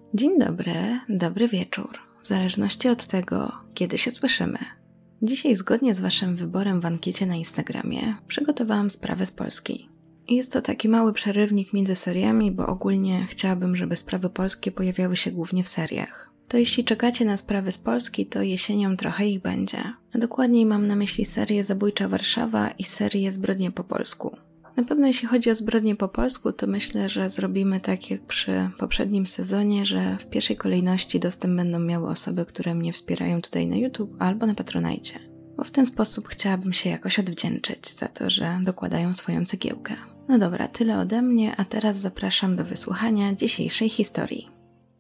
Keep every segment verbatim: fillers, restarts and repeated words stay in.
Dzień dobry, dobry wieczór, w zależności od tego, kiedy się słyszymy. Dzisiaj zgodnie z waszym wyborem w ankiecie na Instagramie przygotowałam sprawę z Polski. Jest to taki mały przerywnik między seriami, bo ogólnie chciałabym, żeby sprawy polskie pojawiały się głównie w seriach. To jeśli czekacie na sprawy z Polski, to jesienią trochę ich będzie. A dokładniej mam na myśli serię Zabójcza Warszawa i serię Zbrodnie po polsku. Na pewno jeśli chodzi o Zbrodnie po polsku, to myślę, że zrobimy tak jak przy poprzednim sezonie, że w pierwszej kolejności dostęp będą miały osoby, które mnie wspierają tutaj na YouTube albo na Patronite. Bo w ten sposób chciałabym się jakoś odwdzięczyć za to, że dokładają swoją cegiełkę. No dobra, tyle ode mnie, a teraz zapraszam do wysłuchania dzisiejszej historii.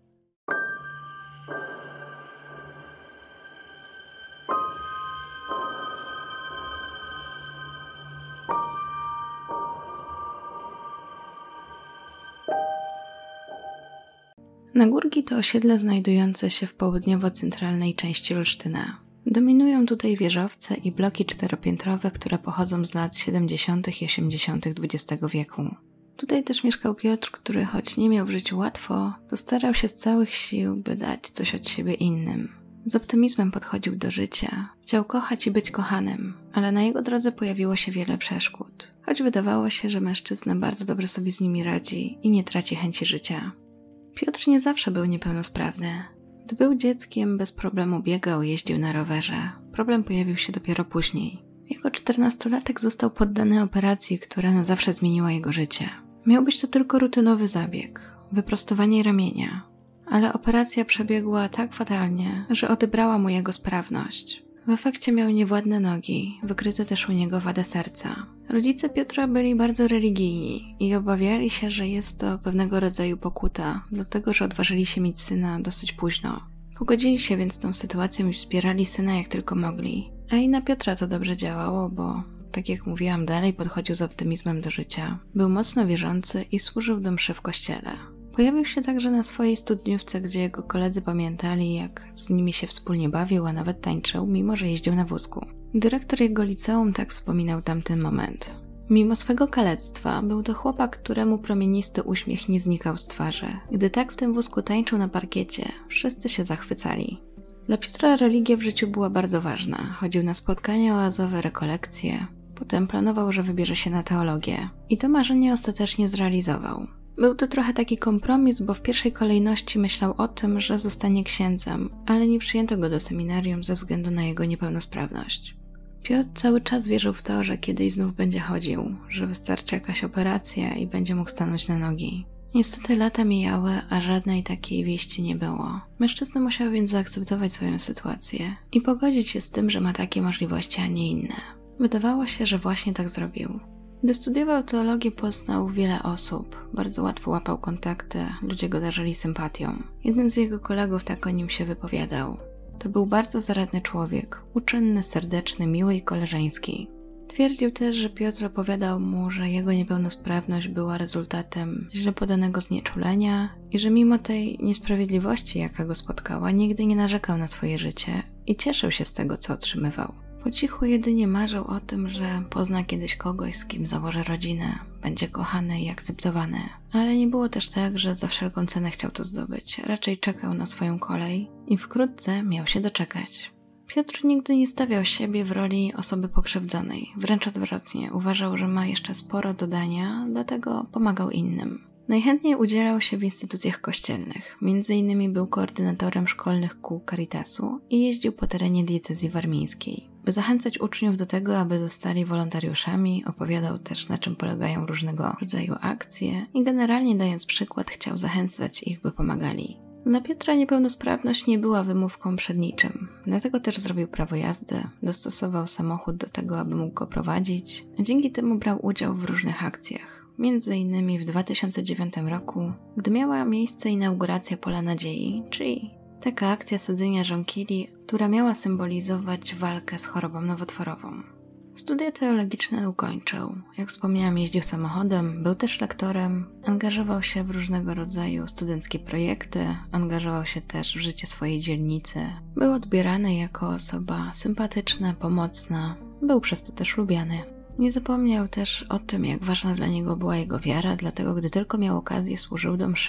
Nagórki to osiedle znajdujące się w południowo-centralnej części Olsztyna. Dominują tutaj wieżowce i bloki czteropiętrowe, które pochodzą z lat siedemdziesiątych i osiemdziesiątych dwudziestego wieku. Tutaj też mieszkał Piotr, który choć nie miał w życiu łatwo, to starał się z całych sił, by dać coś od siebie innym. Z optymizmem podchodził do życia, chciał kochać i być kochanym, ale na jego drodze pojawiło się wiele przeszkód, choć wydawało się, że mężczyzna bardzo dobrze sobie z nimi radzi i nie traci chęci życia. Piotr nie zawsze był niepełnosprawny. Gdy był dzieckiem, bez problemu biegał, jeździł na rowerze. Problem pojawił się dopiero później. Jako czternastolatek został poddany operacji, która na zawsze zmieniła jego życie. Miał być to tylko rutynowy zabieg, wyprostowanie ramienia, ale operacja przebiegła tak fatalnie, że odebrała mu jego sprawność. W efekcie miał niewładne nogi, wykryto też u niego wadę serca. Rodzice Piotra byli bardzo religijni i obawiali się, że jest to pewnego rodzaju pokuta, dlatego że odważyli się mieć syna dosyć późno. Pogodzili się więc z tą sytuacją i wspierali syna jak tylko mogli. A i na Piotra to dobrze działało, bo, tak jak mówiłam, dalej podchodził z optymizmem do życia. Był mocno wierzący i służył do mszy w kościele. Pojawił się także na swojej studniówce, gdzie jego koledzy pamiętali, jak z nimi się wspólnie bawił, a nawet tańczył, mimo że jeździł na wózku. Dyrektor jego liceum tak wspominał tamten moment. Mimo swego kalectwa był to chłopak, któremu promienisty uśmiech nie znikał z twarzy. Gdy tak w tym wózku tańczył na parkiecie, wszyscy się zachwycali. Dla Piotra religia w życiu była bardzo ważna. Chodził na spotkania oazowe, rekolekcje. Potem planował, że wybierze się na teologię. I to marzenie ostatecznie zrealizował. Był to trochę taki kompromis, bo w pierwszej kolejności myślał o tym, że zostanie księdzem, ale nie przyjęto go do seminarium ze względu na jego niepełnosprawność. Piotr cały czas wierzył w to, że kiedyś znów będzie chodził, że wystarczy jakaś operacja i będzie mógł stanąć na nogi. Niestety lata mijały, a żadnej takiej wieści nie było. Mężczyzna musiał więc zaakceptować swoją sytuację i pogodzić się z tym, że ma takie możliwości, a nie inne. Wydawało się, że właśnie tak zrobił. Gdy studiował teologię, poznał wiele osób, bardzo łatwo łapał kontakty, ludzie go darzyli sympatią. Jeden z jego kolegów tak o nim się wypowiadał. To był bardzo zaradny człowiek, uczynny, serdeczny, miły i koleżeński. Twierdził też, że Piotr opowiadał mu, że jego niepełnosprawność była rezultatem źle podanego znieczulenia i że mimo tej niesprawiedliwości, jaka go spotkała, nigdy nie narzekał na swoje życie i cieszył się z tego, co otrzymywał. Po cichu jedynie marzył o tym, że pozna kiedyś kogoś, z kim założy rodzinę, będzie kochany i akceptowany. Ale nie było też tak, że za wszelką cenę chciał to zdobyć. Raczej czekał na swoją kolej i wkrótce miał się doczekać. Piotr nigdy nie stawiał siebie w roli osoby pokrzywdzonej. Wręcz odwrotnie. Uważał, że ma jeszcze sporo do dania, dlatego pomagał innym. Najchętniej udzielał się w instytucjach kościelnych. Między innymi był koordynatorem szkolnych kół Caritasu i jeździł po terenie diecezji warmińskiej. By zachęcać uczniów do tego, aby zostali wolontariuszami, opowiadał też, na czym polegają różnego rodzaju akcje i generalnie dając przykład chciał zachęcać ich, by pomagali. Dla Piotra niepełnosprawność nie była wymówką przed niczym, dlatego też zrobił prawo jazdy, dostosował samochód do tego, aby mógł go prowadzić, a dzięki temu brał udział w różnych akcjach. Między innymi w dwa tysiące dziewiątym roku, gdy miała miejsce inauguracja Pola Nadziei, czyli taka akcja sadzenia żonkili, która miała symbolizować walkę z chorobą nowotworową. Studia teologiczne ukończył. Jak wspomniałam, jeździł samochodem, był też lektorem, angażował się w różnego rodzaju studenckie projekty, angażował się też w życie swojej dzielnicy. Był odbierany jako osoba sympatyczna, pomocna, był przez to też lubiany. Nie zapomniał też o tym, jak ważna dla niego była jego wiara, dlatego gdy tylko miał okazję, służył do mszy.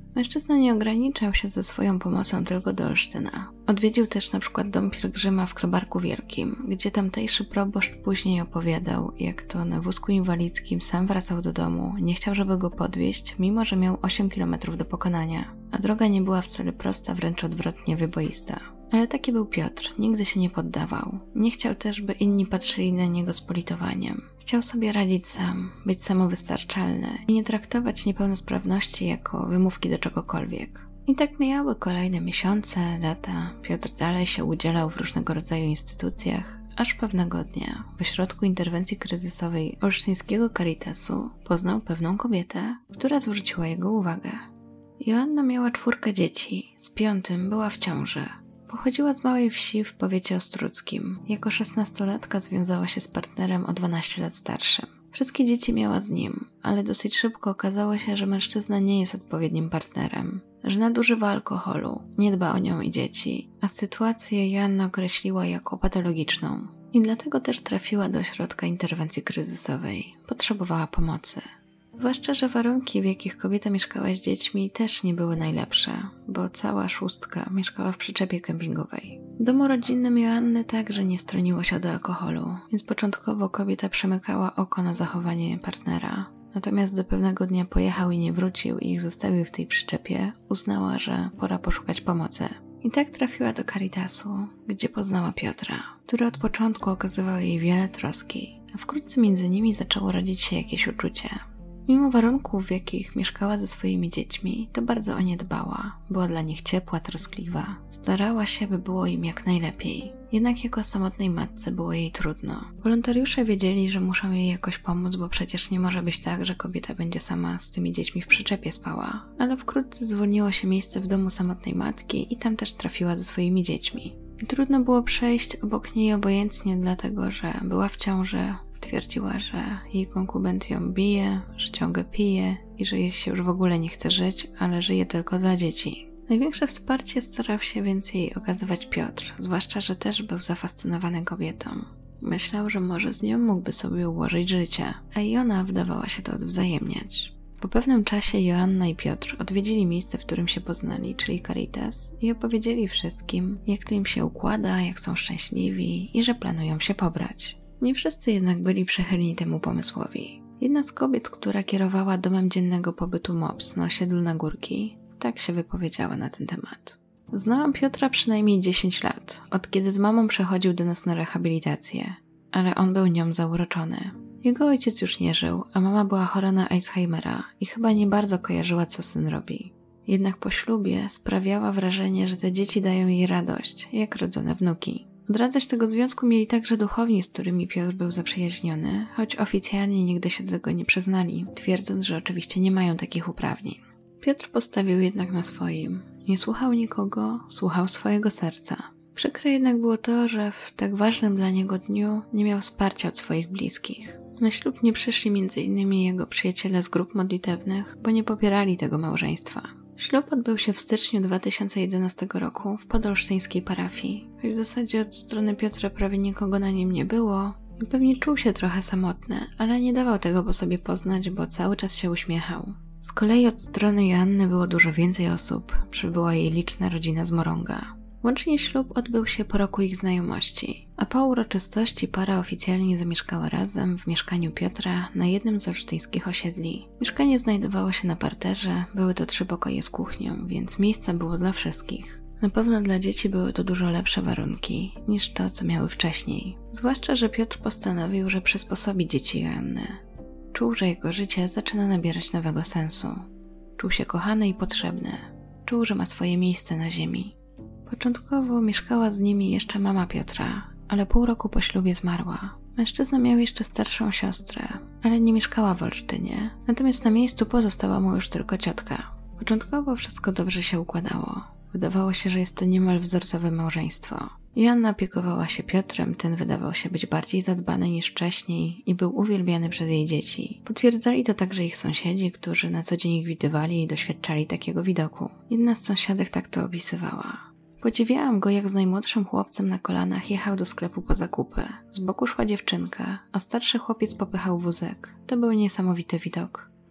Mężczyzna nie ograniczał się ze swoją pomocą tylko do Olsztyna. Odwiedził też na przykład dom pielgrzyma w Klobarku Wielkim, gdzie tamtejszy proboszcz później opowiadał, jak to na wózku inwalidzkim sam wracał do domu, nie chciał, żeby go podwieźć, mimo że miał osiem kilometrów do pokonania, a droga nie była wcale prosta, wręcz odwrotnie wyboista. Ale taki był Piotr, nigdy się nie poddawał. Nie chciał też, by inni patrzyli na niego z politowaniem. Chciał sobie radzić sam, być samowystarczalny i nie traktować niepełnosprawności jako wymówki do czegokolwiek. I tak mijały kolejne miesiące, lata. Piotr dalej się udzielał w różnego rodzaju instytucjach, aż pewnego dnia w ośrodku interwencji kryzysowej olsztyńskiego Caritasu poznał pewną kobietę, która zwróciła jego uwagę. Joanna miała czwórkę dzieci, z piątym była w ciąży. Pochodziła z małej wsi w powiecie ostródzkim. Jako szesnastolatka związała się z partnerem o dwanaście lat starszym. Wszystkie dzieci miała z nim, ale dosyć szybko okazało się, że mężczyzna nie jest odpowiednim partnerem, że nadużywa alkoholu, nie dba o nią i dzieci, a sytuację Joanna określiła jako patologiczną. I dlatego też trafiła do ośrodka interwencji kryzysowej. Potrzebowała pomocy. Zwłaszcza, że warunki, w jakich kobieta mieszkała z dziećmi, też nie były najlepsze, bo cała szóstka mieszkała w przyczepie kempingowej. W domu rodzinnym Joanny także nie stroniło się od alkoholu, więc początkowo kobieta przymykała oko na zachowanie partnera. Natomiast do pewnego dnia pojechał i nie wrócił i ich zostawił w tej przyczepie, uznała, że pora poszukać pomocy. I tak trafiła do Caritasu, gdzie poznała Piotra, który od początku okazywał jej wiele troski, a wkrótce między nimi zaczęło rodzić się jakieś uczucie. Mimo warunków, w jakich mieszkała ze swoimi dziećmi, to bardzo o nie dbała. Była dla nich ciepła, troskliwa. Starała się, by było im jak najlepiej. Jednak jako samotnej matce było jej trudno. Wolontariusze wiedzieli, że muszą jej jakoś pomóc, bo przecież nie może być tak, że kobieta będzie sama z tymi dziećmi w przyczepie spała. Ale wkrótce zwolniło się miejsce w domu samotnej matki i tam też trafiła ze swoimi dziećmi. I trudno było przejść obok niej obojętnie, dlatego że była w ciąży. Twierdziła, że jej konkubent ją bije, że ciągle pije i że jej się już w ogóle nie chce żyć, ale żyje tylko dla dzieci. Największe wsparcie starał się więc jej okazywać Piotr, zwłaszcza, że też był zafascynowany kobietą. Myślał, że może z nią mógłby sobie ułożyć życie, a i ona wydawała się to odwzajemniać. Po pewnym czasie Joanna i Piotr odwiedzili miejsce, w którym się poznali, czyli Caritas, i opowiedzieli wszystkim, jak to im się układa, jak są szczęśliwi i że planują się pobrać. Nie wszyscy jednak byli przychylni temu pomysłowi. Jedna z kobiet, która kierowała domem dziennego pobytu M O P S na osiedlu Nagórki, tak się wypowiedziała na ten temat. Znałam Piotra przynajmniej dziesięć lat, od kiedy z mamą przechodził do nas na rehabilitację, ale on był nią zauroczony. Jego ojciec już nie żył, a mama była chora na Alzheimera i chyba nie bardzo kojarzyła, co syn robi. Jednak po ślubie sprawiała wrażenie, że te dzieci dają jej radość, jak rodzone wnuki. Odradzać tego związku mieli także duchowni, z którymi Piotr był zaprzyjaźniony, choć oficjalnie nigdy się do tego nie przyznali, twierdząc, że oczywiście nie mają takich uprawnień. Piotr postawił jednak na swoim. Nie słuchał nikogo, słuchał swojego serca. Przykre jednak było to, że w tak ważnym dla niego dniu nie miał wsparcia od swoich bliskich. Na ślub nie przyszli między innymi jego przyjaciele z grup modlitewnych, bo nie popierali tego małżeństwa. Ślub odbył się w styczniu dwa tysiące jedenastego roku w podolsztyńskiej parafii. W zasadzie od strony Piotra prawie nikogo na nim nie było i pewnie czuł się trochę samotny, ale nie dawał tego po sobie poznać, bo cały czas się uśmiechał. Z kolei od strony Joanny było dużo więcej osób, przybyła jej liczna rodzina z Morąga. Łącznie ślub odbył się po roku ich znajomości, a po uroczystości para oficjalnie zamieszkała razem w mieszkaniu Piotra na jednym z olsztyńskich osiedli. Mieszkanie znajdowało się na parterze, były to trzy pokoje z kuchnią, więc miejsca było dla wszystkich. Na pewno dla dzieci były to dużo lepsze warunki niż to, co miały wcześniej. Zwłaszcza, że Piotr postanowił, że przysposobi dzieci Joanny. Czuł, że jego życie zaczyna nabierać nowego sensu. Czuł się kochany i potrzebny. Czuł, że ma swoje miejsce na ziemi. Początkowo mieszkała z nimi jeszcze mama Piotra, ale pół roku po ślubie zmarła. Mężczyzna miał jeszcze starszą siostrę, ale nie mieszkała w Olsztynie, natomiast na miejscu pozostała mu już tylko ciotka. Początkowo wszystko dobrze się układało. Wydawało się, że jest to niemal wzorcowe małżeństwo. Joanna opiekowała się Piotrem, ten wydawał się być bardziej zadbany niż wcześniej i był uwielbiany przez jej dzieci. Potwierdzali to także ich sąsiedzi, którzy na co dzień ich widywali i doświadczali takiego widoku. Jedna z sąsiadek tak to opisywała. Podziwiałam go, jak z najmłodszym chłopcem na kolanach jechał do sklepu po zakupy. Z boku szła dziewczynka, a starszy chłopiec popychał wózek. To był niesamowity widok.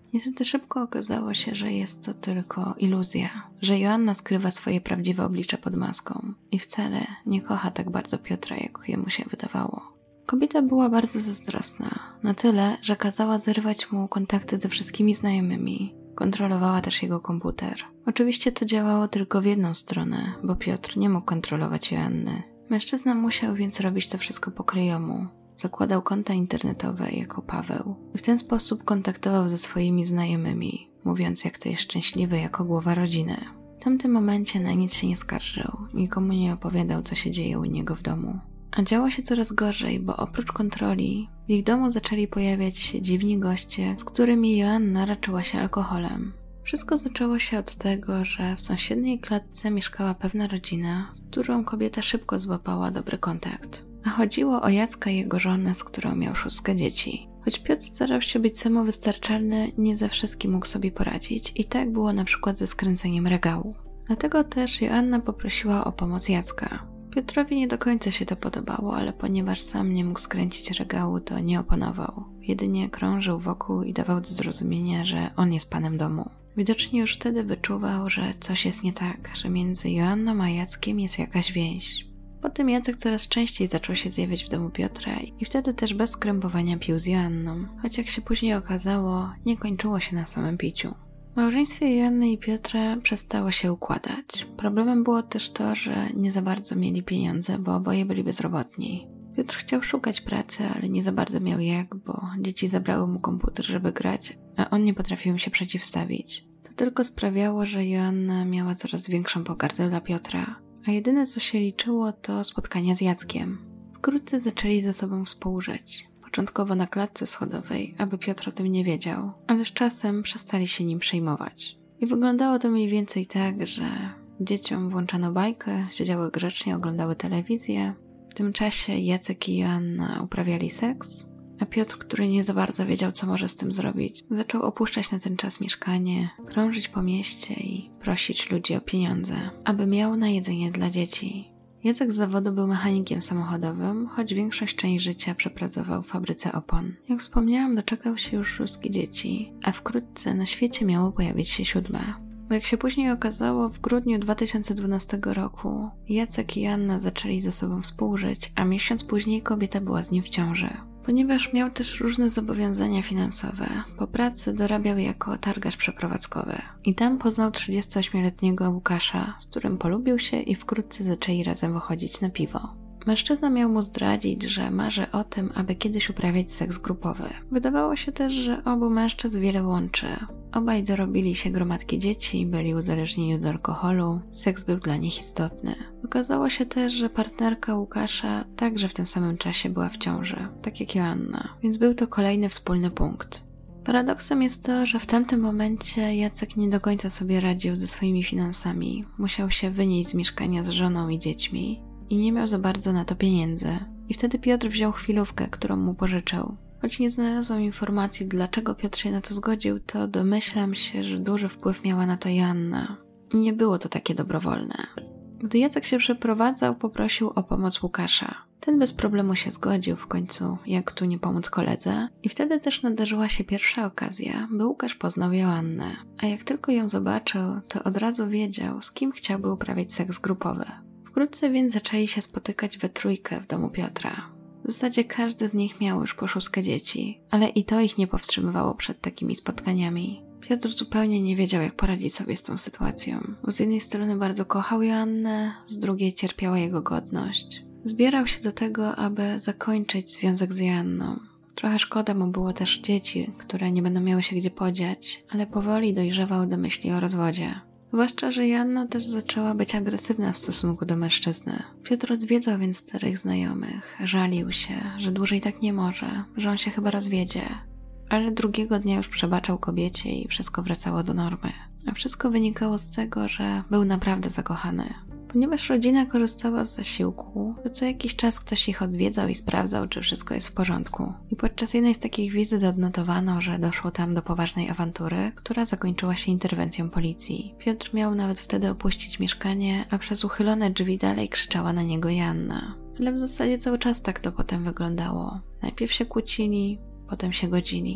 Niestety szybko okazało się, że jest to tylko iluzja, że Joanna skrywa swoje prawdziwe oblicze pod maską i wcale nie kocha tak bardzo Piotra, jak jemu się wydawało. Kobieta była bardzo zazdrosna, na tyle, że kazała zerwać mu kontakty ze wszystkimi znajomymi. Kontrolowała też jego komputer. Oczywiście to działało tylko w jedną stronę, bo Piotr nie mógł kontrolować Joanny. Mężczyzna musiał więc robić to wszystko po kryjomu. Zakładał konta internetowe jako Paweł i w ten sposób kontaktował ze swoimi znajomymi, mówiąc, jak to jest szczęśliwy jako głowa rodziny. W tamtym momencie na nic się nie skarżył, nikomu nie opowiadał, co się dzieje u niego w domu. A działo się coraz gorzej, bo oprócz kontroli w ich domu zaczęli pojawiać się dziwni goście, z którymi Joanna raczyła się alkoholem. Wszystko zaczęło się od tego, że w sąsiedniej klatce mieszkała pewna rodzina, z którą kobieta szybko złapała dobry kontakt. A chodziło o Jacka i jego żonę, z którą miał szóstkę dzieci. Choć Piotr starał się być samowystarczalny, nie ze wszystkim mógł sobie poradzić i tak było na przykład ze skręceniem regału. Dlatego też Joanna poprosiła o pomoc Jacka. Piotrowi nie do końca się to podobało, ale ponieważ sam nie mógł skręcić regału, to nie oponował. Jedynie krążył wokół i dawał do zrozumienia, że on jest panem domu. Widocznie już wtedy wyczuwał, że coś jest nie tak, że między Joanną a Jackiem jest jakaś więź. Potem Jacek coraz częściej zaczął się zjawiać w domu Piotra i wtedy też bez skrępowania pił z Joanną, choć jak się później okazało, nie kończyło się na samym piciu. W małżeństwie Joanny i Piotra przestało się układać. Problemem było też to, że nie za bardzo mieli pieniądze, bo oboje byli bezrobotni. Piotr chciał szukać pracy, ale nie za bardzo miał jak, bo dzieci zabrały mu komputer, żeby grać, a on nie potrafił im się przeciwstawić. To tylko sprawiało, że Joanna miała coraz większą pogardę dla Piotra, a jedyne co się liczyło to spotkania z Jackiem. Wkrótce zaczęli ze sobą współżyć. Początkowo na klatce schodowej, aby Piotr o tym nie wiedział, ale z czasem przestali się nim przejmować. I wyglądało to mniej więcej tak, że dzieciom włączano bajkę, siedziały grzecznie, oglądały telewizję. W tym czasie Jacek i Joanna uprawiali seks, a Piotr, który nie za bardzo wiedział, co może z tym zrobić, zaczął opuszczać na ten czas mieszkanie, krążyć po mieście i prosić ludzi o pieniądze, aby miał na jedzenie dla dzieci. Jacek z zawodu był mechanikiem samochodowym, choć większość część życia przepracował w fabryce opon. Jak wspomniałam, doczekał się już szóstki dzieci, a wkrótce na świecie miało pojawić się siódme. Bo jak się później okazało, w grudniu dwa tysiące dwunastego roku Jacek i Joanna zaczęli ze sobą współżyć, a miesiąc później kobieta była z nim w ciąży. Ponieważ miał też różne zobowiązania finansowe, po pracy dorabiał jako targacz przeprowadzkowy. I tam poznał trzydziestoośmioletniego Łukasza, z którym polubił się i wkrótce zaczęli razem wychodzić na piwo. Mężczyzna miał mu zdradzić, że marzy o tym, aby kiedyś uprawiać seks grupowy. Wydawało się też, że obu mężczyzn wiele łączy. Obaj dorobili się gromadki dzieci, byli uzależnieni od alkoholu, seks był dla nich istotny. Okazało się też, że partnerka Łukasza także w tym samym czasie była w ciąży, tak jak Joanna, więc był to kolejny wspólny punkt. Paradoksem jest to, że w tamtym momencie Jacek nie do końca sobie radził ze swoimi finansami, musiał się wynieść z mieszkania z żoną i dziećmi i nie miał za bardzo na to pieniędzy. I wtedy Piotr wziął chwilówkę, którą mu pożyczył. Choć nie znalazłam informacji, dlaczego Piotr się na to zgodził, to domyślam się, że duży wpływ miała na to Joanna. I nie było to takie dobrowolne. Gdy Jacek się przeprowadzał, poprosił o pomoc Łukasza. Ten bez problemu się zgodził w końcu, jak tu nie pomóc koledze. I wtedy też nadarzyła się pierwsza okazja, by Łukasz poznał Joannę. A jak tylko ją zobaczył, to od razu wiedział, z kim chciałby uprawiać seks grupowy. Wkrótce więc zaczęli się spotykać we trójkę w domu Piotra. W zasadzie każdy z nich miał już po szóstkę dzieci, ale i to ich nie powstrzymywało przed takimi spotkaniami. Piotr zupełnie nie wiedział, jak poradzić sobie z tą sytuacją. Bo z jednej strony bardzo kochał Joannę, z drugiej cierpiała jego godność. Zbierał się do tego, aby zakończyć związek z Joanną. Trochę szkoda mu było też dzieci, które nie będą miały się gdzie podziać, ale powoli dojrzewał do myśli o rozwodzie. Zwłaszcza, że Joanna też zaczęła być agresywna w stosunku do mężczyzny. Piotr odwiedzał więc starych znajomych, żalił się, że dłużej tak nie może, że on się chyba rozwiedzie. Ale drugiego dnia już przebaczał kobiecie i wszystko wracało do normy. A wszystko wynikało z tego, że był naprawdę zakochany. Ponieważ rodzina korzystała z zasiłku, to co jakiś czas ktoś ich odwiedzał i sprawdzał, czy wszystko jest w porządku. I podczas jednej z takich wizyt odnotowano, że doszło tam do poważnej awantury, która zakończyła się interwencją policji. Piotr miał nawet wtedy opuścić mieszkanie, a przez uchylone drzwi dalej krzyczała na niego Joanna. Ale w zasadzie cały czas tak to potem wyglądało. Najpierw się kłócili, potem się godzili.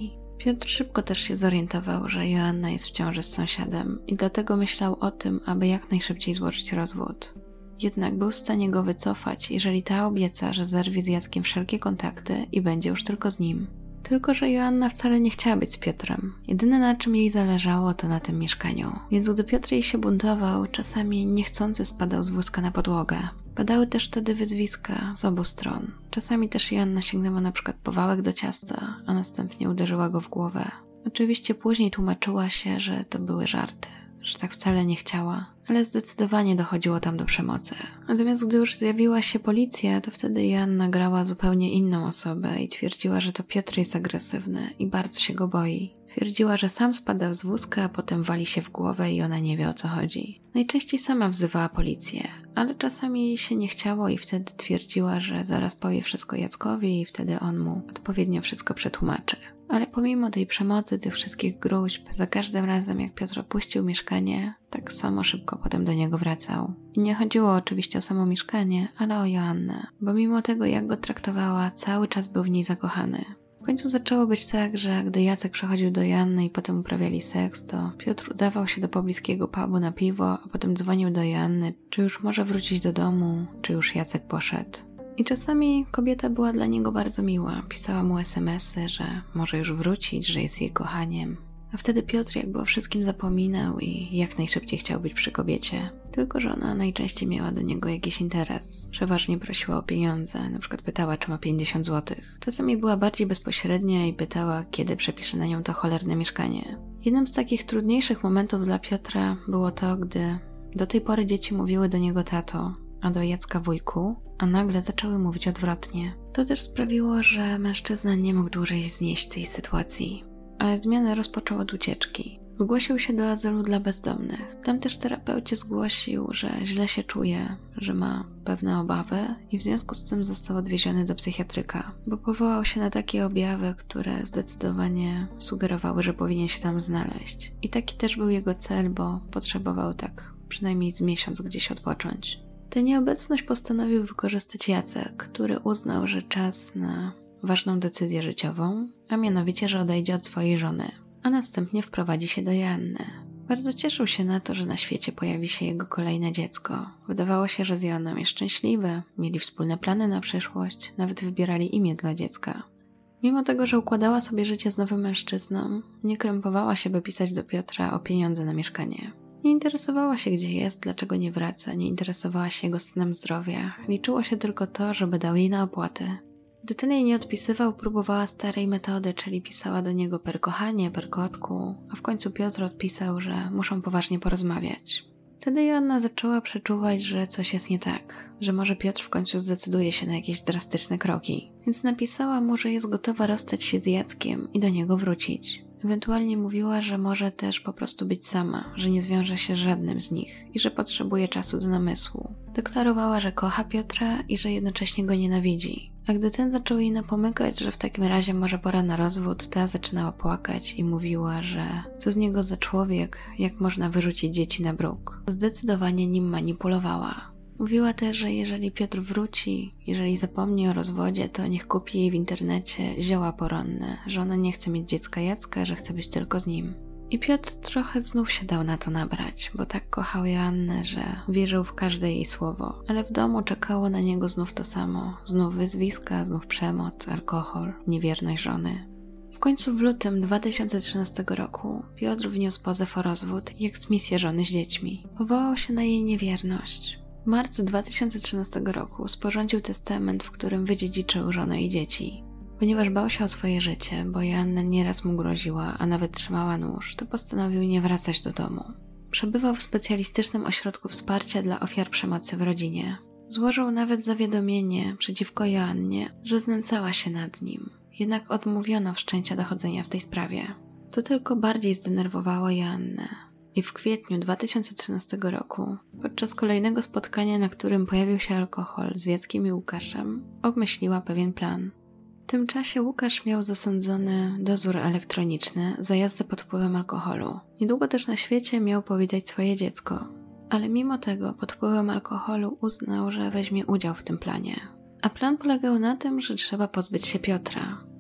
Piotr szybko też się zorientował, że Joanna jest w ciąży z sąsiadem i dlatego myślał o tym, aby jak najszybciej złożyć rozwód. Jednak był w stanie go wycofać, jeżeli ta obieca, że zerwie z Jackiem wszelkie kontakty i będzie już tylko z nim. Tylko że Joanna wcale nie chciała być z Piotrem. Jedyne na czym jej zależało to na tym mieszkaniu. Więc gdy Piotr jej się buntował, czasami niechcący spadał z wózka na podłogę. Padały też wtedy wyzwiska z obu stron. Czasami też Joanna sięgnęła na przykład po wałek do ciasta, a następnie uderzyła go w głowę. Oczywiście później tłumaczyła się, że to były żarty, że tak wcale nie chciała, ale zdecydowanie dochodziło tam do przemocy. Natomiast gdy już zjawiła się policja, to wtedy Joanna grała zupełnie inną osobę i twierdziła, że to Piotr jest agresywny i bardzo się go boi. Twierdziła, że sam spada z wózka, a potem wali się w głowę i ona nie wie, o co chodzi. Najczęściej sama wzywała policję, ale czasami jej się nie chciało i wtedy twierdziła, że zaraz powie wszystko Jackowi i wtedy on mu odpowiednio wszystko przetłumaczy. Ale pomimo tej przemocy, tych wszystkich gróźb, za każdym razem jak Piotr opuścił mieszkanie, tak samo szybko potem do niego wracał. I nie chodziło oczywiście o samo mieszkanie, ale o Joannę, bo mimo tego jak go traktowała, cały czas był w niej zakochany. W końcu zaczęło być tak, że gdy Jacek przychodził do Joanny i potem uprawiali seks, to Piotr udawał się do pobliskiego pubu na piwo, a potem dzwonił do Joanny, czy już może wrócić do domu, czy już Jacek poszedł. I czasami kobieta była dla niego bardzo miła, pisała mu es em esy, że może już wrócić, że jest jej kochaniem. A wtedy Piotr jakby o wszystkim zapominał i jak najszybciej chciał być przy kobiecie. Tylko że ona najczęściej miała do niego jakiś interes. Przeważnie prosiła o pieniądze, na przykład pytała, czy ma pięćdziesiąt złotych. Czasami była bardziej bezpośrednia i pytała, kiedy przepisze na nią to cholerne mieszkanie. Jednym z takich trudniejszych momentów dla Piotra było to, gdy do tej pory dzieci mówiły do niego tato, a do Jacka wujku, a nagle zaczęły mówić odwrotnie. To też sprawiło, że mężczyzna nie mógł dłużej znieść tej sytuacji. Ale zmianę rozpoczął od ucieczki. Zgłosił się do azylu dla bezdomnych. Tam też terapeucie zgłosił, że źle się czuje, że ma pewne obawy i w związku z tym został odwieziony do psychiatryka, bo powołał się na takie objawy, które zdecydowanie sugerowały, że powinien się tam znaleźć. I taki też był jego cel, bo potrzebował tak przynajmniej z miesiąc gdzieś odpocząć. Tę nieobecność postanowił wykorzystać Jacek, który uznał, że czas na ważną decyzję życiową, a mianowicie, że odejdzie od swojej żony, a następnie wprowadzi się do Joanny. Bardzo cieszył się na to, że na świecie pojawi się jego kolejne dziecko. Wydawało się, że z Joanną jest szczęśliwy, mieli wspólne plany na przyszłość, nawet wybierali imię dla dziecka. Mimo tego, że układała sobie życie z nowym mężczyzną, nie krępowała się, by pisać do Piotra o pieniądze na mieszkanie. Nie interesowała się, gdzie jest, dlaczego nie wraca, nie interesowała się jego stanem zdrowia. Liczyło się tylko to, żeby dał jej na opłaty. Gdy ten jej nie odpisywał, próbowała starej metody, czyli pisała do niego per kochanie, per kotku, a w końcu Piotr odpisał, że muszą poważnie porozmawiać. Wtedy Joanna zaczęła przeczuwać, że coś jest nie tak, że może Piotr w końcu zdecyduje się na jakieś drastyczne kroki, więc napisała mu, że jest gotowa rozstać się z Jackiem i do niego wrócić. Ewentualnie mówiła, że może też po prostu być sama, że nie zwiąże się z żadnym z nich i że potrzebuje czasu do namysłu. Deklarowała, że kocha Piotra i że jednocześnie go nienawidzi. A gdy ten zaczął jej napomykać, że w takim razie może pora na rozwód, ta zaczynała płakać i mówiła, że co z niego za człowiek, jak można wyrzucić dzieci na bruk. Zdecydowanie nim manipulowała. Mówiła też, że jeżeli Piotr wróci, jeżeli zapomni o rozwodzie, to niech kupi jej w internecie zioła poronne, że ona nie chce mieć dziecka Jacka, że chce być tylko z nim. I Piotr trochę znów się dał na to nabrać, bo tak kochał Joannę, że wierzył w każde jej słowo. Ale w domu czekało na niego znów to samo. Znów wyzwiska, znów przemoc, alkohol, niewierność żony. W końcu w lutym dwa tysiące trzynastego roku Piotr wniósł pozew o rozwód i eksmisję żony z dziećmi. Powołał się na jej niewierność. W marcu dwa tysiące trzynastego roku sporządził testament, w którym wydziedziczył żonę i dzieci. Ponieważ bał się o swoje życie, bo Joanna nieraz mu groziła, a nawet trzymała nóż, to postanowił nie wracać do domu. Przebywał w specjalistycznym ośrodku wsparcia dla ofiar przemocy w rodzinie. Złożył nawet zawiadomienie przeciwko Joannie, że znęcała się nad nim. Jednak odmówiono wszczęcia dochodzenia w tej sprawie. To tylko bardziej zdenerwowało Joannę. I w kwietniu dwa tysiące trzynastego roku, podczas kolejnego spotkania, na którym pojawił się alkohol z Jackiem i Łukaszem, obmyśliła pewien plan. W tym czasie Łukasz miał zasądzony dozór elektroniczny za jazdę pod wpływem alkoholu. Niedługo też na świecie miał powitać swoje dziecko. Ale mimo tego pod wpływem alkoholu uznał, że weźmie udział w tym planie. A plan polegał na tym, że trzeba pozbyć się Piotra.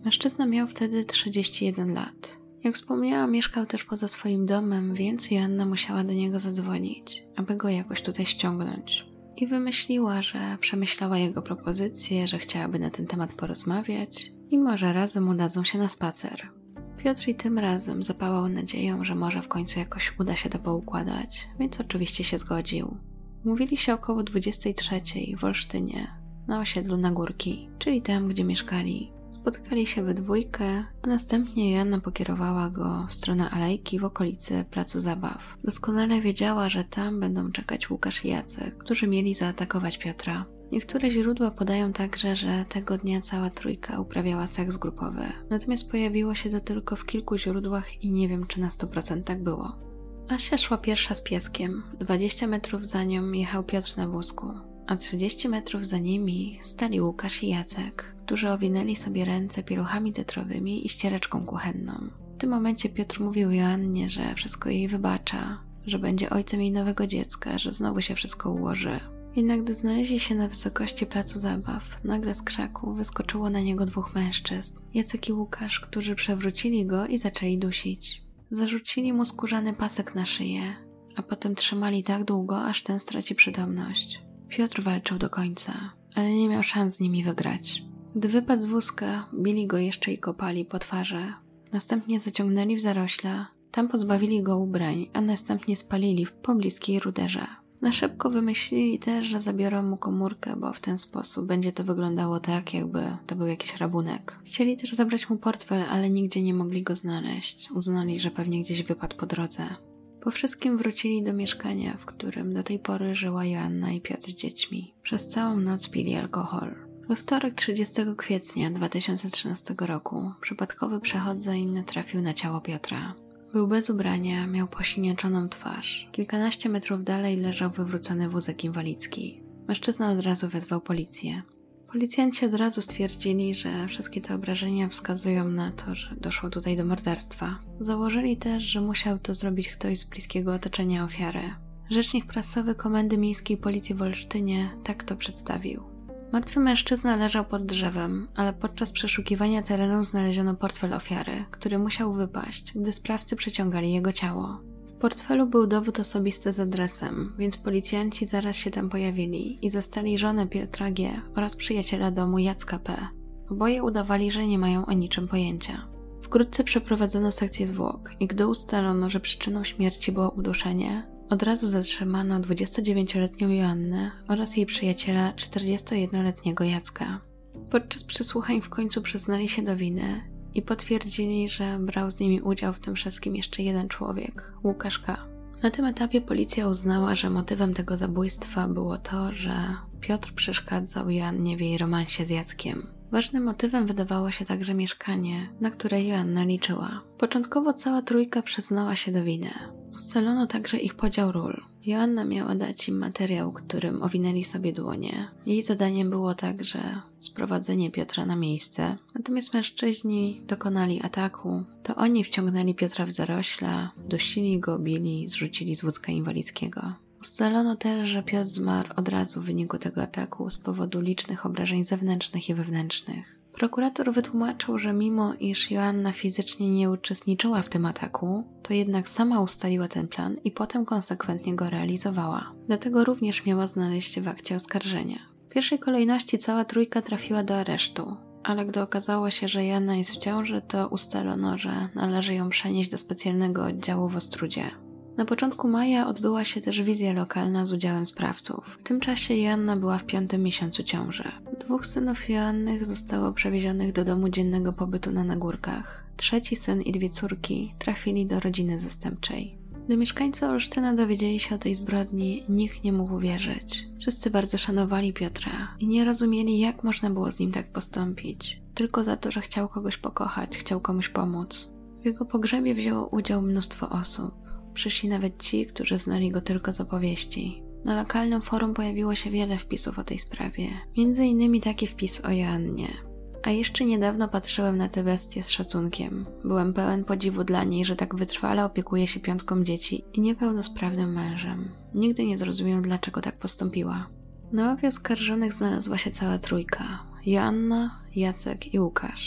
Mężczyzna miał wtedy trzydzieści jeden lat. Jak wspomniałam, mieszkał też poza swoim domem, więc Joanna musiała do niego zadzwonić, aby go jakoś tutaj ściągnąć. I wymyśliła, że przemyślała jego propozycję, że chciałaby na ten temat porozmawiać i może razem udadzą się na spacer. Piotr i tym razem zapałał nadzieją, że może w końcu jakoś uda się to poukładać, więc oczywiście się zgodził. Umówili się około dwudziestej trzeciej w Olsztynie, na osiedlu Nagórki, czyli tam, gdzie mieszkali. Spotkali się we dwójkę, a następnie Joanna pokierowała go w stronę alejki w okolicy Placu Zabaw. Doskonale wiedziała, że tam będą czekać Łukasz i Jacek, którzy mieli zaatakować Piotra. Niektóre źródła podają także, że tego dnia cała trójka uprawiała seks grupowy, natomiast pojawiło się to tylko w kilku źródłach i nie wiem, czy na sto procent tak było. Asia szła pierwsza z pieskiem, dwadzieścia metrów za nią jechał Piotr na wózku, a trzydzieści metrów za nimi stali Łukasz i Jacek, którzy owinęli sobie ręce pieluchami tetrowymi i ściereczką kuchenną. W tym momencie Piotr mówił Joannie, że wszystko jej wybacza, że będzie ojcem jej nowego dziecka, że znowu się wszystko ułoży. Jednak gdy znaleźli się na wysokości placu zabaw, nagle z krzaku wyskoczyło na niego dwóch mężczyzn, Jacek i Łukasz, którzy przewrócili go i zaczęli dusić. Zarzucili mu skórzany pasek na szyję, a potem trzymali tak długo, aż ten straci przytomność. Piotr walczył do końca, ale nie miał szans z nimi wygrać. Gdy wypadł z wózka, bili go jeszcze i kopali po twarzy. Następnie zaciągnęli w zarośla, tam pozbawili go ubrań, a następnie spalili w pobliskiej ruderze. Na szybko wymyślili też, że zabiorą mu komórkę, bo w ten sposób będzie to wyglądało tak, jakby to był jakiś rabunek. Chcieli też zabrać mu portfel, ale nigdzie nie mogli go znaleźć. Uznali, że pewnie gdzieś wypadł po drodze. Po wszystkim wrócili do mieszkania, w którym do tej pory żyła Joanna i Piotr z dziećmi. Przez całą noc pili alkohol. We wtorek trzydziestego kwietnia dwa tysiące trzynastego roku przypadkowy przechodzeń natrafił na ciało Piotra. Był bez ubrania, miał posiniaczoną twarz. Kilkanaście metrów dalej leżał wywrócony wózek inwalidzki. Mężczyzna od razu wezwał policję. Policjanci od razu stwierdzili, że wszystkie te obrażenia wskazują na to, że doszło tutaj do morderstwa. Założyli też, że musiał to zrobić ktoś z bliskiego otoczenia ofiary. Rzecznik prasowy Komendy Miejskiej Policji w Olsztynie tak to przedstawił. Martwy mężczyzna leżał pod drzewem, ale podczas przeszukiwania terenu znaleziono portfel ofiary, który musiał wypaść, gdy sprawcy przeciągali jego ciało. W portfelu był dowód osobisty z adresem, więc policjanci zaraz się tam pojawili i zastali żonę Piotra G. oraz przyjaciela domu Jacka P. Oboje udawali, że nie mają o niczym pojęcia. Wkrótce przeprowadzono sekcję zwłok i gdy ustalono, że przyczyną śmierci było uduszenie, od razu zatrzymano dwudziestodziewięcioletnią Joannę oraz jej przyjaciela czterdziestojednoletniego Jacka. Podczas przesłuchań w końcu przyznali się do winy i potwierdzili, że brał z nimi udział w tym wszystkim jeszcze jeden człowiek, Łukasz K. Na tym etapie policja uznała, że motywem tego zabójstwa było to, że Piotr przeszkadzał Joannie w jej romansie z Jackiem. Ważnym motywem wydawało się także mieszkanie, na które Joanna liczyła. Początkowo cała trójka przyznała się do winy. Ustalono także ich podział ról. Joanna miała dać im materiał, którym owinęli sobie dłonie. Jej zadaniem było także sprowadzenie Piotra na miejsce, natomiast mężczyźni dokonali ataku. To oni wciągnęli Piotra w zarośla, dusili go, bili, zrzucili z wózka inwalidzkiego. Ustalono też, że Piotr zmarł od razu w wyniku tego ataku z powodu licznych obrażeń zewnętrznych i wewnętrznych. Prokurator wytłumaczył, że mimo iż Joanna fizycznie nie uczestniczyła w tym ataku, to jednak sama ustaliła ten plan i potem konsekwentnie go realizowała. Dlatego również miała znaleźć w akcie oskarżenia. W pierwszej kolejności cała trójka trafiła do aresztu, ale gdy okazało się, że Joanna jest w ciąży, to ustalono, że należy ją przenieść do specjalnego oddziału w Ostródzie. Na początku maja odbyła się też wizja lokalna z udziałem sprawców. W tym czasie Joanna była w piątym miesiącu ciąży. Dwóch synów Joannych zostało przewiezionych do domu dziennego pobytu na Nagórkach. Trzeci syn i dwie córki trafili do rodziny zastępczej. Gdy mieszkańcy Olsztyna dowiedzieli się o tej zbrodni, nikt nie mógł wierzyć. Wszyscy bardzo szanowali Piotra i nie rozumieli, jak można było z nim tak postąpić. Tylko za to, że chciał kogoś pokochać, chciał komuś pomóc. W jego pogrzebie wzięło udział mnóstwo osób. Przyszli nawet ci, którzy znali go tylko z opowieści. Na lokalnym forum pojawiło się wiele wpisów o tej sprawie. Między innymi taki wpis o Joannie. A jeszcze niedawno patrzyłem na tę bestię z szacunkiem. Byłem pełen podziwu dla niej, że tak wytrwale opiekuje się piątką dzieci i niepełnosprawnym mężem. Nigdy nie zrozumiał, dlaczego tak postąpiła. Na ławie oskarżonych znalazła się cała trójka. Joanna, Jacek i Łukasz.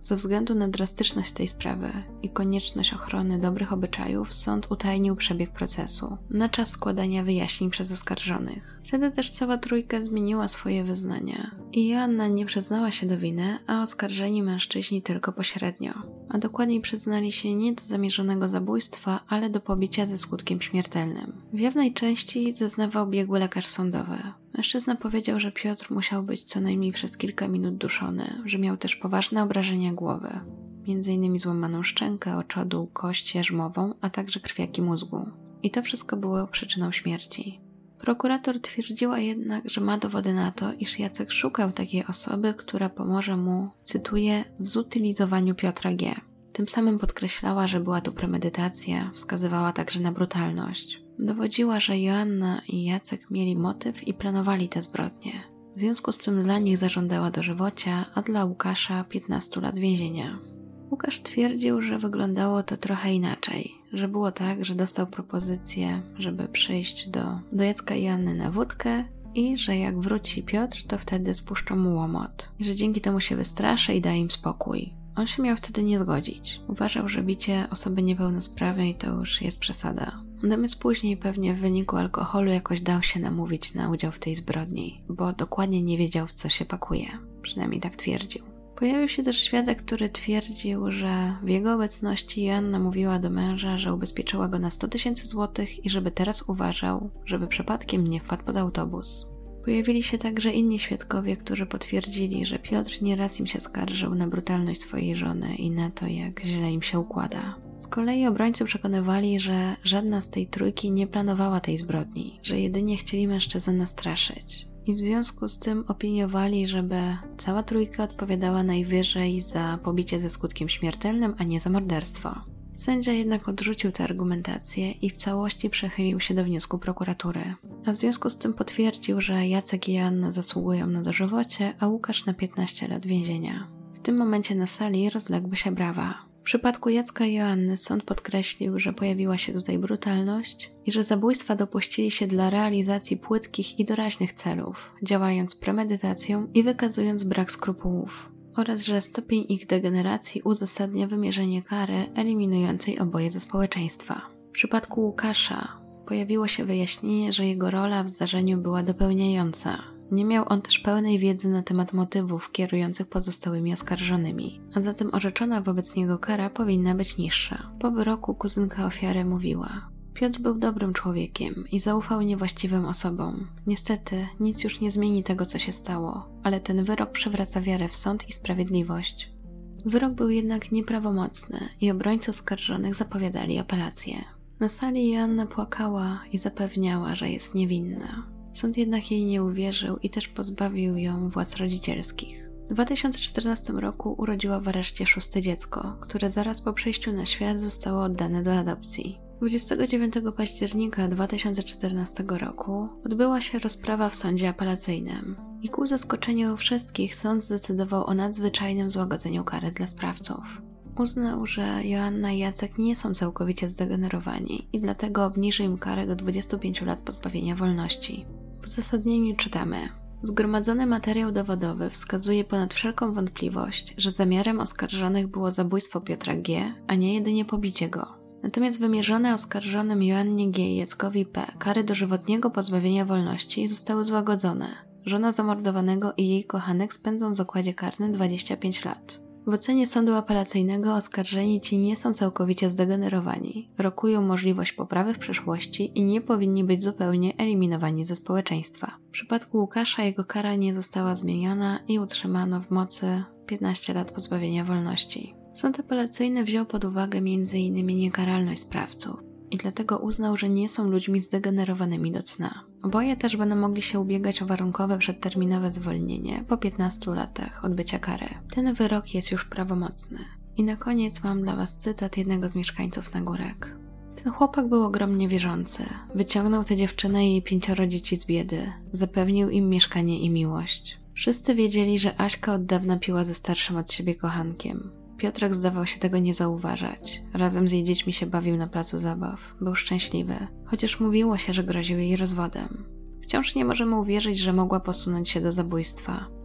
Ze względu na drastyczność tej sprawy i konieczność ochrony dobrych obyczajów, sąd utajnił przebieg procesu na czas składania wyjaśnień przez oskarżonych. Wtedy też cała trójka zmieniła swoje wyznania i Joanna nie przyznała się do winy, a oskarżeni mężczyźni tylko pośrednio. A dokładniej przyznali się nie do zamierzonego zabójstwa, ale do pobicia ze skutkiem śmiertelnym. W jawnej części zeznawał biegły lekarz sądowy. Mężczyzna powiedział, że Piotr musiał być co najmniej przez kilka minut duszony, że miał też poważne obrażenia głowy, między innymi złamaną szczękę, oczodół, kość jarzmową, a także krwiaki mózgu. I to wszystko było przyczyną śmierci. Prokurator twierdziła jednak, że ma dowody na to, iż Jacek szukał takiej osoby, która pomoże mu, cytuję, w zutylizowaniu Piotra G. Tym samym podkreślała, że była tu premedytacja, wskazywała także na brutalność. Dowodziła, że Joanna i Jacek mieli motyw i planowali te zbrodnie. W związku z tym dla nich zażądała dożywocia, a dla Łukasza piętnastu lat więzienia. Łukasz twierdził, że wyglądało to trochę inaczej, że było tak, że dostał propozycję, żeby przyjść do, do Jacka i Joanny na wódkę i że jak wróci Piotr, to wtedy spuszczą mu łomot i że dzięki temu się wystraszy i da im spokój. On się miał wtedy nie zgodzić. Uważał, że bicie osoby niepełnosprawnej to już jest przesada. Natomiast później pewnie w wyniku alkoholu jakoś dał się namówić na udział w tej zbrodni, bo dokładnie nie wiedział, w co się pakuje. Przynajmniej tak twierdził. Pojawił się też świadek, który twierdził, że w jego obecności Joanna mówiła do męża, że ubezpieczyła go na sto tysięcy złotych i żeby teraz uważał, żeby przypadkiem nie wpadł pod autobus. Pojawili się także inni świadkowie, którzy potwierdzili, że Piotr nieraz im się skarżył na brutalność swojej żony i na to, jak źle im się układa. Z kolei obrońcy przekonywali, że żadna z tej trójki nie planowała tej zbrodni, że jedynie chcieli mężczyznę nastraszyć. I w związku z tym opiniowali, żeby cała trójka odpowiadała najwyżej za pobicie ze skutkiem śmiertelnym, a nie za morderstwo. Sędzia jednak odrzucił tę argumentację i w całości przechylił się do wniosku prokuratury. A w związku z tym potwierdził, że Jacek i Joanna zasługują na dożywocie, a Łukasz na piętnaście lat więzienia. W tym momencie na sali rozległy się brawa. W przypadku Jacka i Joanny sąd podkreślił, że pojawiła się tutaj brutalność i że zabójstwa dopuścili się dla realizacji płytkich i doraźnych celów, działając premedytacją i wykazując brak skrupułów. Oraz że stopień ich degeneracji uzasadnia wymierzenie kary eliminującej oboje ze społeczeństwa. W przypadku Łukasza pojawiło się wyjaśnienie, że jego rola w zdarzeniu była dopełniająca. Nie miał on też pełnej wiedzy na temat motywów kierujących pozostałymi oskarżonymi, a zatem orzeczona wobec niego kara powinna być niższa. Po wyroku kuzynka ofiary mówiła: Piotr był dobrym człowiekiem i zaufał niewłaściwym osobom. Niestety, nic już nie zmieni tego, co się stało, ale ten wyrok przywraca wiarę w sąd i sprawiedliwość. Wyrok był jednak nieprawomocny i obrońcy oskarżonych zapowiadali apelację. Na sali Joanna płakała i zapewniała, że jest niewinna. Sąd jednak jej nie uwierzył i też pozbawił ją władz rodzicielskich. W dwa tysiące czternastym roku urodziła w areszcie szóste dziecko, które zaraz po przyjściu na świat zostało oddane do adopcji. dwudziestego dziewiątego października dwa tysiące czternastego roku odbyła się rozprawa w sądzie apelacyjnym i ku zaskoczeniu wszystkich sąd zdecydował o nadzwyczajnym złagodzeniu kary dla sprawców. Uznał, że Joanna i Jacek nie są całkowicie zdegenerowani i dlatego obniżył im karę do dwudziestu pięciu lat pozbawienia wolności. W uzasadnieniu czytamy: Zgromadzony materiał dowodowy wskazuje ponad wszelką wątpliwość, że zamiarem oskarżonych było zabójstwo Piotra G., a nie jedynie pobicie go. Natomiast wymierzone oskarżonym Joannie G. i Jackowi P. kary dożywotniego pozbawienia wolności zostały złagodzone. Żona zamordowanego i jej kochanek spędzą w zakładzie karnym dwadzieścia pięć lat. W ocenie sądu apelacyjnego oskarżeni ci nie są całkowicie zdegenerowani, rokują możliwość poprawy w przyszłości i nie powinni być zupełnie eliminowani ze społeczeństwa. W przypadku Łukasza jego kara nie została zmieniona i utrzymano w mocy piętnaście lat pozbawienia wolności. Sąd apelacyjny wziął pod uwagę między innymi niekaralność sprawców i dlatego uznał, że nie są ludźmi zdegenerowanymi do cna. Oboje też będą mogli się ubiegać o warunkowe przedterminowe zwolnienie po piętnastu latach odbycia kary. Ten wyrok jest już prawomocny. I na koniec mam dla Was cytat jednego z mieszkańców Nagórek. Ten chłopak był ogromnie wierzący. Wyciągnął tę dziewczynę i jej pięcioro dzieci z biedy. Zapewnił im mieszkanie i miłość. Wszyscy wiedzieli, że Aśka od dawna piła ze starszym od siebie kochankiem. Piotrek zdawał się tego nie zauważać. Razem z jej dziećmi się bawił na placu zabaw. Był szczęśliwy, chociaż mówiło się, że groził jej rozwodem. Wciąż nie możemy uwierzyć, że mogła posunąć się do zabójstwa.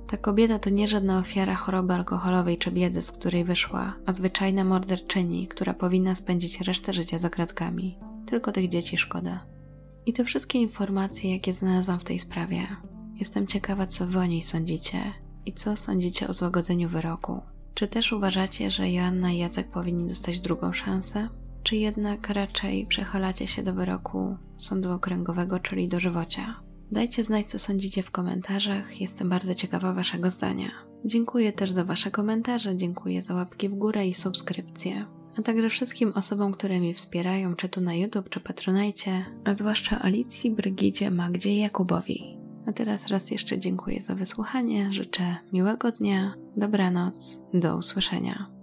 Ta kobieta to nie żadna ofiara choroby alkoholowej czy biedy, z której wyszła, a zwyczajna morderczyni, która powinna spędzić resztę życia za kratkami. Tylko tych dzieci szkoda. I to wszystkie informacje, jakie znalazłam w tej sprawie. Jestem ciekawa, co wy o niej sądzicie i co sądzicie o złagodzeniu wyroku. Czy też uważacie, że Joanna i Jacek powinni dostać drugą szansę? Czy jednak raczej przechylacie się do wyroku sądu okręgowego, czyli dożywocia? Dajcie znać, co sądzicie w komentarzach, jestem bardzo ciekawa waszego zdania. Dziękuję też za wasze komentarze, dziękuję za łapki w górę i subskrypcje. A także wszystkim osobom, które mnie wspierają, czy tu na YouTube, czy Patronite, a zwłaszcza Alicji, Brygidzie, Magdzie i Jakubowi. A teraz raz jeszcze dziękuję za wysłuchanie, życzę miłego dnia, dobranoc, do usłyszenia.